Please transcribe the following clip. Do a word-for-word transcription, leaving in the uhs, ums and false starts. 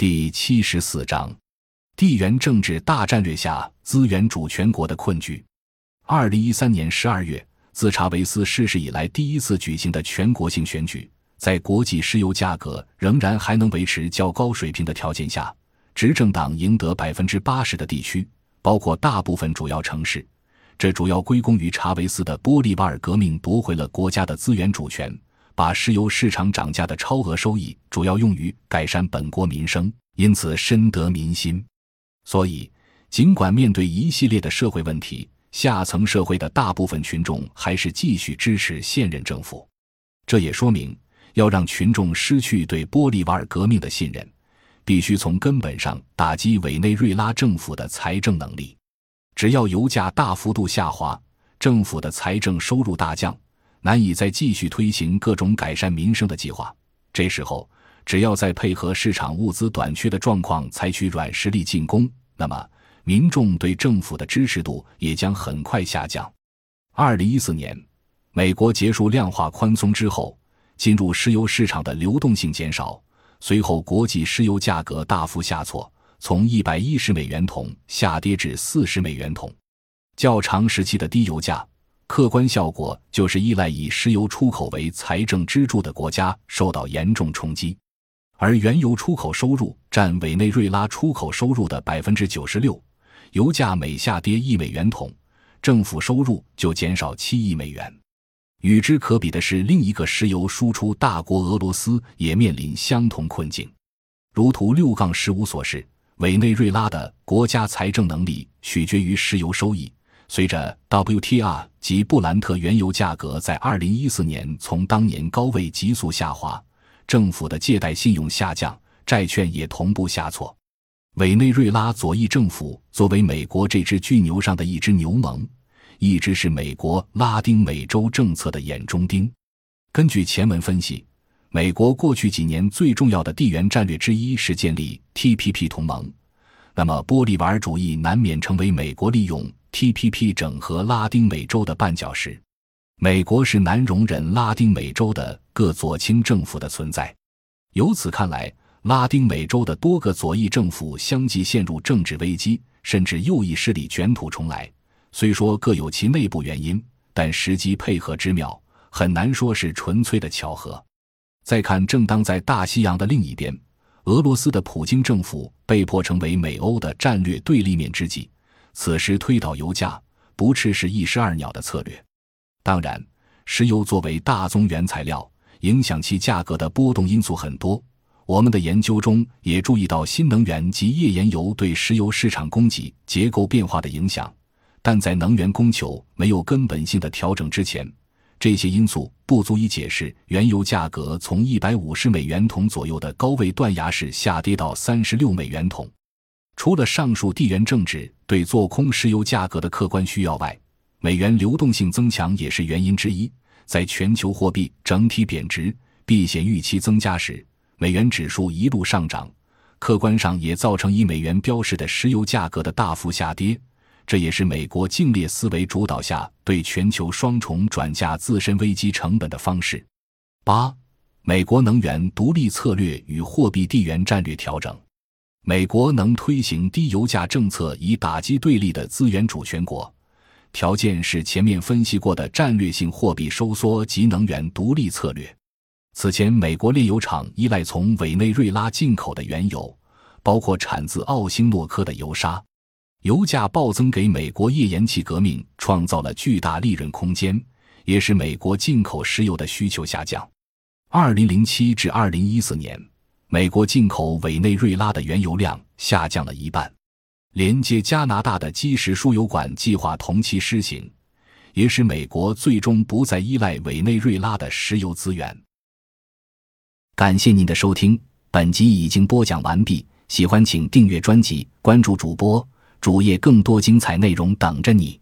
第七十四章，地缘政治大战略下资源主权国的困局。二零一三年十二月，自查韦斯逝世以来第一次举行的全国性选举，在国际石油价格仍然还能维持较高水平的条件下，执政党赢得 百分之八十 的地区，包括大部分主要城市。这主要归功于查韦斯的玻利瓦尔革命夺回了国家的资源主权，把石油市场涨价的超额收益主要用于改善本国民生，因此深得民心。所以，尽管面对一系列的社会问题，下层社会的大部分群众还是继续支持现任政府。这也说明，要让群众失去对玻利瓦尔革命的信任，必须从根本上打击委内瑞拉政府的财政能力。只要油价大幅度下滑，政府的财政收入大降，难以再继续推行各种改善民生的计划。这时候，只要再配合市场物资短缺的状况采取软实力进攻，那么民众对政府的支持度也将很快下降。二零一四年，美国结束量化宽松之后，进入石油市场的流动性减少，随后国际石油价格大幅下挫，从一百一十美元桶下跌至四十美元桶。较长时期的低油价，客观效果就是依赖以石油出口为财政支柱的国家受到严重冲击，而原油出口收入占委内瑞拉出口收入的 百分之九十六， 油价每下跌一美元桶，政府收入就减少七亿美元。与之可比的是，另一个石油输出大国俄罗斯也面临相同困境。如图 六十五 所示，委内瑞拉的国家财政能力取决于石油收益。随着 W T I 及布兰特原油价格在二零一四年从当年高位急速下滑，政府的借贷信用下降，债券也同步下挫。委内瑞拉左翼政府作为美国这只巨牛上的一只牛虻，一直是美国拉丁美洲政策的眼中钉。根据前文分析，美国过去几年最重要的地缘战略之一是建立 T P P 同盟，那么玻利瓦尔主义难免成为美国利用 T P P 整合拉丁美洲的绊脚石。美国是难容忍拉丁美洲的各左倾政府的存在。由此看来，拉丁美洲的多个左翼政府相继陷入政治危机，甚至右翼势力卷土重来。虽说各有其内部原因，但时机配合之妙，很难说是纯粹的巧合。再看正当在大西洋的另一边，俄罗斯的普京政府被迫成为美欧的战略对立面之际，此时推倒油价，不啻是一石二鸟的策略。当然，石油作为大宗原材料，影响其价格的波动因素很多。我们的研究中也注意到新能源及页岩油对石油市场供给结构变化的影响，但在能源供求没有根本性的调整之前，这些因素不足以解释原油价格从一百五十美元桶左右的高位断崖式下跌到三十六美元桶。除了上述地缘政治对做空石油价格的客观需要外，美元流动性增强也是原因之一。在全球货币整体贬值、避险预期增加时，美元指数一路上涨，客观上也造成以美元标示的石油价格的大幅下跌。这也是美国净列思维主导下对全球双重转嫁自身危机成本的方式。八、美国能源独立策略与货币地缘战略调整。美国能推行低油价政策以打击对立的资源主权国，条件是前面分析过的战略性货币收缩及能源独立策略。此前，美国炼油厂依赖从委内瑞拉进口的原油，包括产自奥星诺科的油砂。油价暴增给美国页岩气革命创造了巨大利润空间，也使美国进口石油的需求下降。二零零七至二零一四年，美国进口委内瑞拉的原油量下降了一半。连接加拿大的基石输油管计划同期施行，也使美国最终不再依赖委内瑞拉的石油资源。感谢您的收听，本集已经播讲完毕，喜欢请订阅专辑，关注主播，主页更多精彩内容等着你。